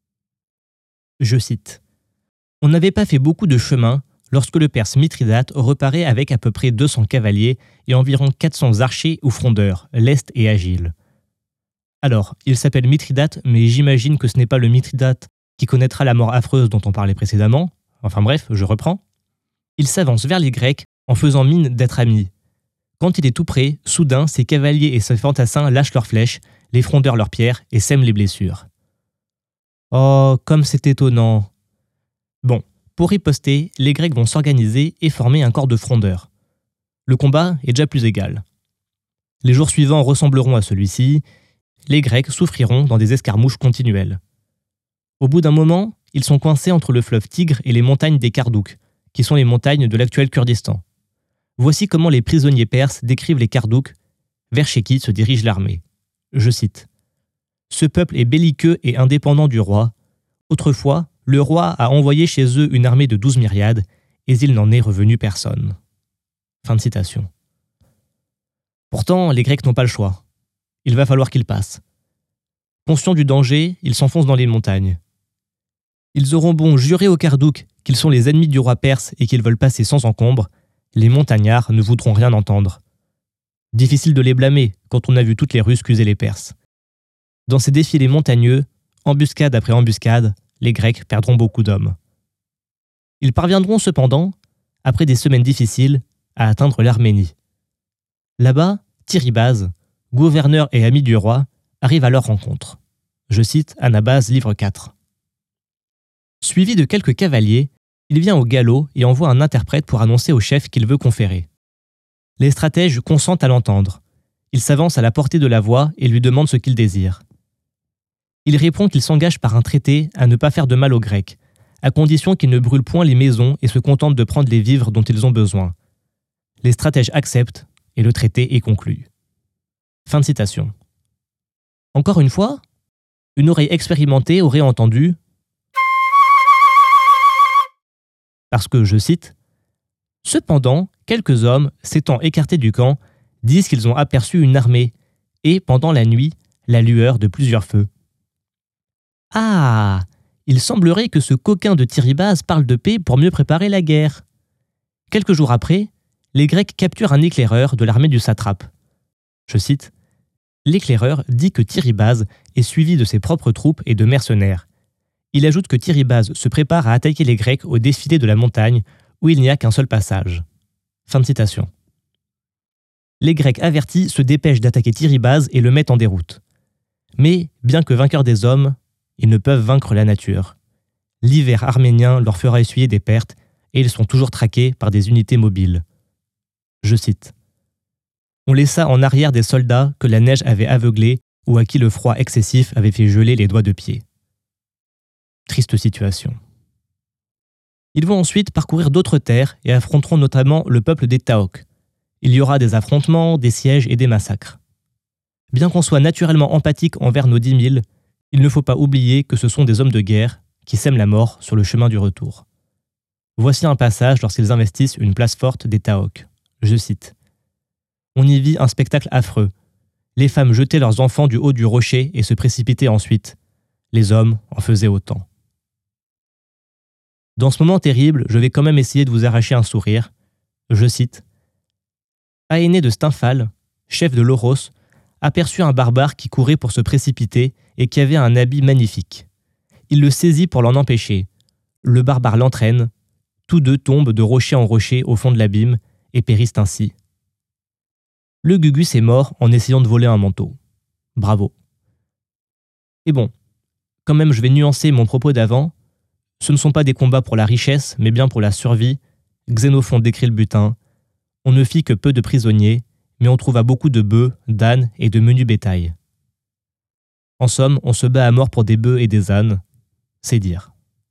Je cite. « On n'avait pas fait beaucoup de chemin lorsque le Perse Mithridate reparaît avec à peu près 200 cavaliers et environ 400 archers ou frondeurs, lestes et agiles. Alors, il s'appelle Mithridate, mais j'imagine que ce n'est pas le Mithridate qui connaîtra la mort affreuse dont on parlait précédemment. Enfin bref, je reprends. Il s'avance vers les Grecs en faisant mine d'être amis. Quand il est tout près, soudain, ses cavaliers et ses fantassins lâchent leurs flèches, les frondeurs leurs pierres et sèment les blessures. Oh, comme c'est étonnant. Bon, pour riposter, les Grecs vont s'organiser et former un corps de frondeurs. Le combat est déjà plus égal. Les jours suivants ressembleront à celui-ci. Les Grecs souffriront dans des escarmouches continuelles. Au bout d'un moment, ils sont coincés entre le fleuve Tigre et les montagnes des Kardouks, qui sont les montagnes de l'actuel Kurdistan. Voici comment les prisonniers perses décrivent les Kardouks, vers chez qui se dirige l'armée. Je cite. « Ce peuple est belliqueux et indépendant du roi. Autrefois, le roi a envoyé chez eux une armée de 12 myriades, et il n'en est revenu personne. » Fin de citation. Pourtant, les Grecs n'ont pas le choix. Il va falloir qu'ils passent. Conscients du danger, ils s'enfoncent dans les montagnes. Ils auront beau jurer aux Kardouks qu'ils sont les ennemis du roi perse et qu'ils veulent passer sans encombre, les montagnards ne voudront rien entendre. Difficile de les blâmer quand on a vu toutes les ruses qu'usaient les Perses. Dans ces défilés montagneux, embuscade après embuscade, les Grecs perdront beaucoup d'hommes. Ils parviendront cependant, après des semaines difficiles, à atteindre l'Arménie. Là-bas, Tiribase, gouverneur et ami du roi, arrive à leur rencontre. Je cite Anabase, livre 4. Suivi de quelques cavaliers, il vient au galop et envoie un interprète pour annoncer au chef qu'il veut conférer. Les stratèges consentent à l'entendre. Il s'avance à la portée de la voix et lui demande ce qu'il désire. Il répond qu'il s'engage par un traité à ne pas faire de mal aux Grecs, à condition qu'ils ne brûlent point les maisons et se contentent de prendre les vivres dont ils ont besoin. Les stratèges acceptent et le traité est conclu. Fin de citation. Encore une fois, une oreille expérimentée aurait entendu parce que, je cite, « Cependant, quelques hommes, s'étant écartés du camp, disent qu'ils ont aperçu une armée et, pendant la nuit, la lueur de plusieurs feux. » Ah, il semblerait que ce coquin de Tiribase parle de paix pour mieux préparer la guerre. Quelques jours après, les Grecs capturent un éclaireur de l'armée du satrape. Je cite, « L'éclaireur dit que Tiribase est suivi de ses propres troupes et de mercenaires. Il ajoute que Tiribase se prépare à attaquer les Grecs au défilé de la montagne où il n'y a qu'un seul passage. » Fin de citation. Les Grecs avertis se dépêchent d'attaquer Tiribase et le mettent en déroute. Mais, bien que vainqueurs des hommes, ils ne peuvent vaincre la nature. L'hiver arménien leur fera essuyer des pertes et ils sont toujours traqués par des unités mobiles. Je cite, « On laissa en arrière des soldats que la neige avait aveuglés ou à qui le froid excessif avait fait geler les doigts de pied. » Triste situation. Ils vont ensuite parcourir d'autres terres et affronteront notamment le peuple des Taoks. Il y aura des affrontements, des sièges et des massacres. Bien qu'on soit naturellement empathique envers nos 10 000, il ne faut pas oublier que ce sont des hommes de guerre qui sèment la mort sur le chemin du retour. Voici un passage lorsqu'ils investissent une place forte des Taoks. Je cite, « On y vit un spectacle affreux. Les femmes jetaient leurs enfants du haut du rocher et se précipitaient ensuite. Les hommes en faisaient autant. » Dans ce moment terrible, je vais quand même essayer de vous arracher un sourire. Je cite, « Aénée de Stymphale, chef de l'Oros, aperçut un barbare qui courait pour se précipiter et qui avait un habit magnifique. Il le saisit pour l'en empêcher. Le barbare l'entraîne. Tous deux tombent de rocher en rocher au fond de l'abîme et périssent ainsi. Le Gugus est mort en essayant de voler un manteau. Bravo. Et bon, quand même je vais nuancer mon propos d'avant. Ce ne sont pas des combats pour la richesse, mais bien pour la survie. Xénophon décrit le butin. On ne fit que peu de prisonniers, mais on trouva beaucoup de bœufs, d'ânes et de menu bétail. En somme, on se bat à mort pour des bœufs et des ânes. C'est dire.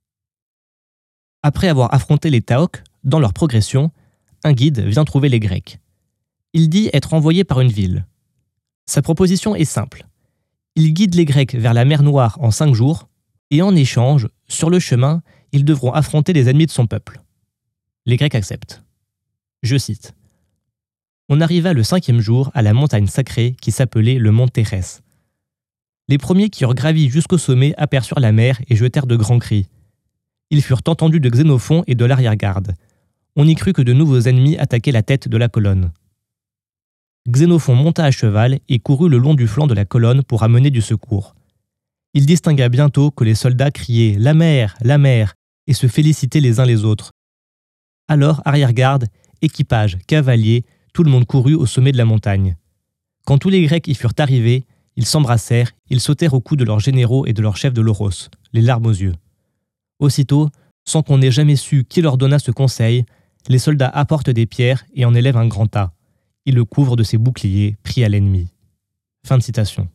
Après avoir affronté les Taoks, dans leur progression, un guide vient trouver les Grecs. Il dit être envoyé par une ville. Sa proposition est simple. Il guide les Grecs vers la mer Noire en 5 jours, et en échange, sur le chemin, ils devront affronter les ennemis de son peuple. Les Grecs acceptent. Je cite. « On arriva le 5e jour à la montagne sacrée qui s'appelait le mont Térès. Les premiers qui eurent gravi jusqu'au sommet aperçurent la mer et jetèrent de grands cris. Ils furent entendus de Xénophon et de l'arrière-garde. On y crut que de nouveaux ennemis attaquaient la tête de la colonne. Xénophon monta à cheval et courut le long du flanc de la colonne pour amener du secours. Il distingua bientôt que les soldats criaient « La mer, la mer !» et se félicitaient les uns les autres. Alors, arrière-garde, équipage, cavaliers, tout le monde courut au sommet de la montagne. Quand tous les Grecs y furent arrivés, ils s'embrassèrent, ils sautèrent au cou de leurs généraux et de leurs chefs de l'Oros, les larmes aux yeux. Aussitôt, sans qu'on ait jamais su qui leur donna ce conseil, les soldats apportent des pierres et en élèvent un grand tas. Ils le couvrent de ses boucliers, pris à l'ennemi. Fin de citation.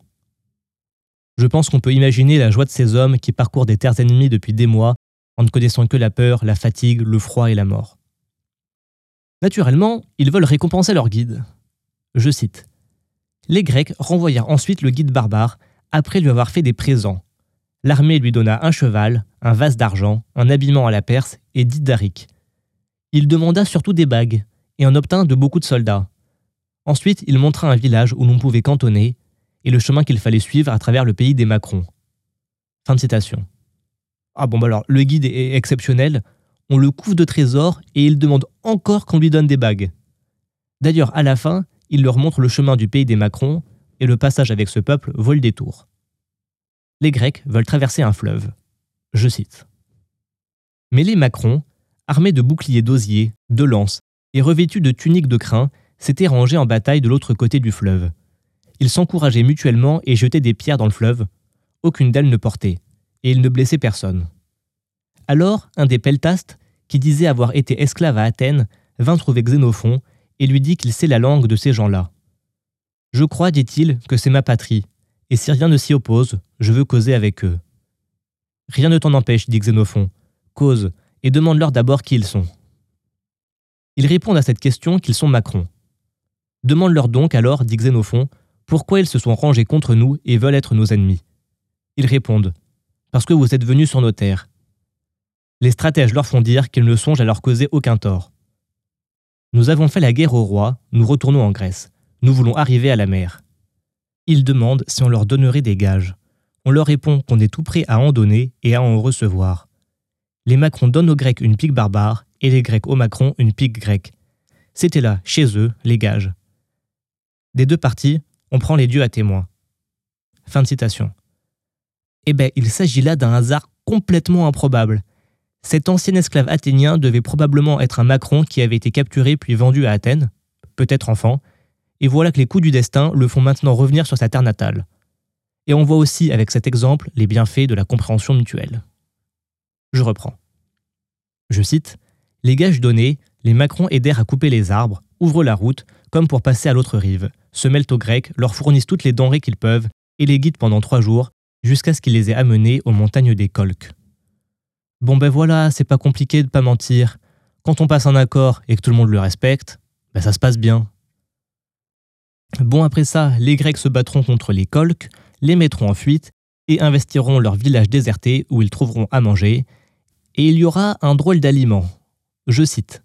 Je pense qu'on peut imaginer la joie de ces hommes qui parcourent des terres ennemies depuis des mois en ne connaissant que la peur, la fatigue, le froid et la mort. Naturellement, ils veulent récompenser leur guide. Je cite. « Les Grecs renvoyèrent ensuite le guide barbare après lui avoir fait des présents. L'armée lui donna un cheval, un vase d'argent, un habillement à la Perse et 10 darics. Il demanda surtout des bagues et en obtint de beaucoup de soldats. Ensuite, il montra un village où l'on pouvait cantonner et le chemin qu'il fallait suivre à travers le pays des Macrons. » Fin de citation. Ah bon, bah alors, le guide est exceptionnel, on le couvre de trésors et il demande encore qu'on lui donne des bagues. D'ailleurs, à la fin, il leur montre le chemin du pays des Macrons et le passage avec ce peuple vaut le détour. Les Grecs veulent traverser un fleuve. Je cite. « Mais les Macrons, armés de boucliers d'osier, de lances et revêtus de tuniques de crin, s'étaient rangés en bataille de l'autre côté du fleuve. Ils s'encourageaient mutuellement et jetaient des pierres dans le fleuve. Aucune d'elles ne portait, et ils ne blessaient personne. Alors, un des peltastes, qui disait avoir été esclave à Athènes, vint trouver Xénophon et lui dit qu'il sait la langue de ces gens-là. « Je crois, dit-il, que c'est ma patrie, et si rien ne s'y oppose, je veux causer avec eux. » « Rien ne t'en empêche, dit Xénophon. Cause, et demande-leur d'abord qui ils sont. » Ils répondent à cette question qu'ils sont Macron. « Demande-leur donc alors, dit Xénophon, pourquoi ils se sont rangés contre nous et veulent être nos ennemis. » Ils répondent « Parce que vous êtes venus sur nos terres. » Les stratèges leur font dire qu'ils ne songent à leur causer aucun tort. « Nous avons fait la guerre au roi, nous retournons en Grèce. Nous voulons arriver à la mer. » Ils demandent si on leur donnerait des gages. On leur répond qu'on est tout prêt à en donner et à en recevoir. Les Macrons donnent aux Grecs une pique barbare et les Grecs aux Macrons une pique grecque. C'était là, chez eux, les gages. Des deux parties, on prend les dieux à témoin. Fin de citation. Eh bien, il s'agit là d'un hasard complètement improbable. Cet ancien esclave athénien devait probablement être un Macron qui avait été capturé puis vendu à Athènes, peut-être enfant, et voilà que les coups du destin le font maintenant revenir sur sa terre natale. Et on voit aussi avec cet exemple les bienfaits de la compréhension mutuelle. Je reprends. Je cite « Les gages donnés, les Macrons aidèrent à couper les arbres, ouvrent la route, comme pour passer à l'autre rive, se mêlent aux Grecs, leur fournissent toutes les denrées qu'ils peuvent et les guident pendant 3 jours, jusqu'à ce qu'ils les aient amenés aux montagnes des Colques. » Bon ben voilà, c'est pas compliqué de pas mentir. Quand on passe un accord et que tout le monde le respecte, ben ça se passe bien. Bon après ça, les Grecs se battront contre les Colques, les mettront en fuite et investiront leur village déserté où ils trouveront à manger. Et il y aura un drôle d'aliment. Je cite.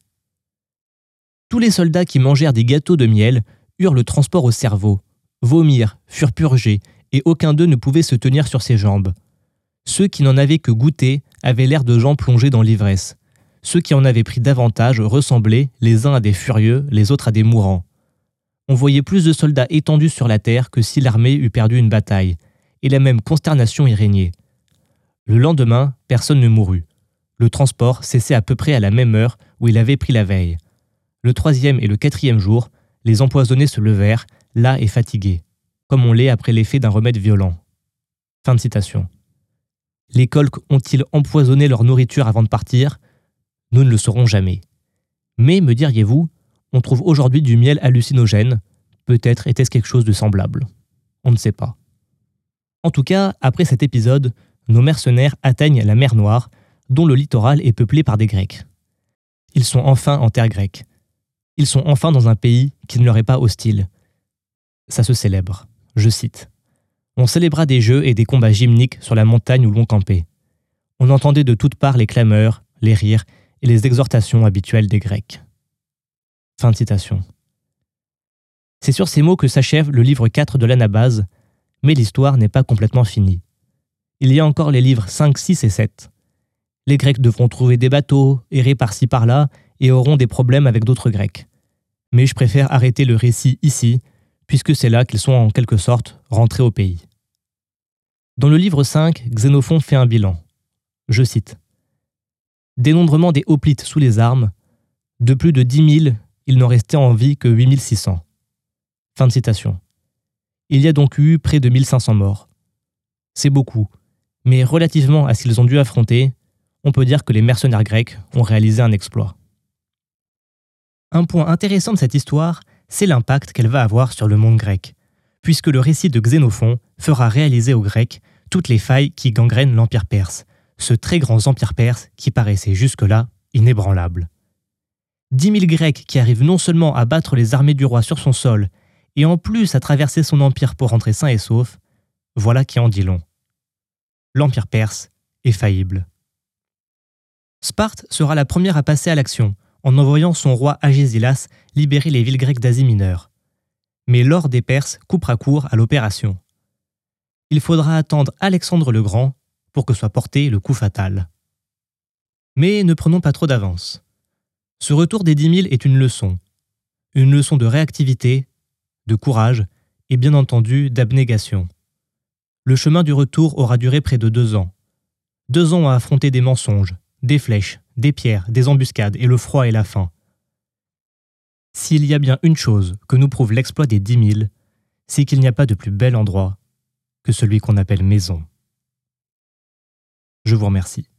« Tous les soldats qui mangèrent des gâteaux de miel eurent le transport au cerveau, vomirent, furent purgés, et aucun d'eux ne pouvait se tenir sur ses jambes. Ceux qui n'en avaient que goûté avaient l'air de gens plongés dans l'ivresse. Ceux qui en avaient pris davantage ressemblaient, les uns à des furieux, les autres à des mourants. On voyait plus de soldats étendus sur la terre que si l'armée eût perdu une bataille, et la même consternation y régnait. Le lendemain, personne ne mourut. Le transport cessait à peu près à la même heure où il avait pris la veille. Le 3e et le 4e jour, les empoisonnés se levèrent, las et fatigués, comme on l'est après l'effet d'un remède violent. » Fin de citation. Les Colques ont-ils empoisonné leur nourriture avant de partir ? Nous ne le saurons jamais. Mais, me diriez-vous, on trouve aujourd'hui du miel hallucinogène. Peut-être était-ce quelque chose de semblable. On ne sait pas. En tout cas, après cet épisode, nos mercenaires atteignent la mer Noire, dont le littoral est peuplé par des Grecs. Ils sont enfin en terre grecque. Ils sont enfin dans un pays qui ne leur est pas hostile. Ça se célèbre. Je cite. « On célébra des jeux et des combats gymniques sur la montagne où l'on campait. On entendait de toutes parts les clameurs, les rires et les exhortations habituelles des Grecs. » Fin de citation. C'est sur ces mots que s'achève le livre 4 de l'Anabase, mais l'histoire n'est pas complètement finie. Il y a encore les livres 5, 6 et 7. Les Grecs devront trouver des bateaux, errer par-ci par-là, et auront des problèmes avec d'autres Grecs. Mais je préfère arrêter le récit ici, puisque c'est là qu'ils sont en quelque sorte rentrés au pays. Dans le livre 5, Xénophon fait un bilan. Je cite. « Dénombrement des hoplites sous les armes, de plus de 10 000, il n'en restait en vie que 8 600. » Fin de citation. Il y a donc eu près de 1500 morts. C'est beaucoup, mais relativement à ce qu'ils ont dû affronter, on peut dire que les mercenaires grecs ont réalisé un exploit. Un point intéressant de cette histoire, c'est l'impact qu'elle va avoir sur le monde grec, puisque le récit de Xénophon fera réaliser aux Grecs toutes les failles qui gangrènent l'Empire perse, ce très grand empire perse qui paraissait jusque-là inébranlable. 10 000 Grecs qui arrivent non seulement à battre les armées du roi sur son sol, et en plus à traverser son empire pour rentrer sain et sauf, voilà qui en dit long. L'empire perse est faillible. Sparte sera la première à passer à l'action, en envoyant son roi Agésilas libérer les villes grecques d'Asie mineure. Mais l'or des Perses coupera court à l'opération. Il faudra attendre Alexandre le Grand pour que soit porté le coup fatal. Mais ne prenons pas trop d'avance. Ce retour des 10 000 est une leçon de réactivité, de courage et bien entendu d'abnégation. Le chemin du retour aura duré près de 2 ans. 2 ans à affronter des mensonges, des flèches, des pierres, des embuscades et le froid et la faim. S'il y a bien une chose que nous prouve l'exploit des 10 000, c'est qu'il n'y a pas de plus bel endroit que celui qu'on appelle maison. Je vous remercie.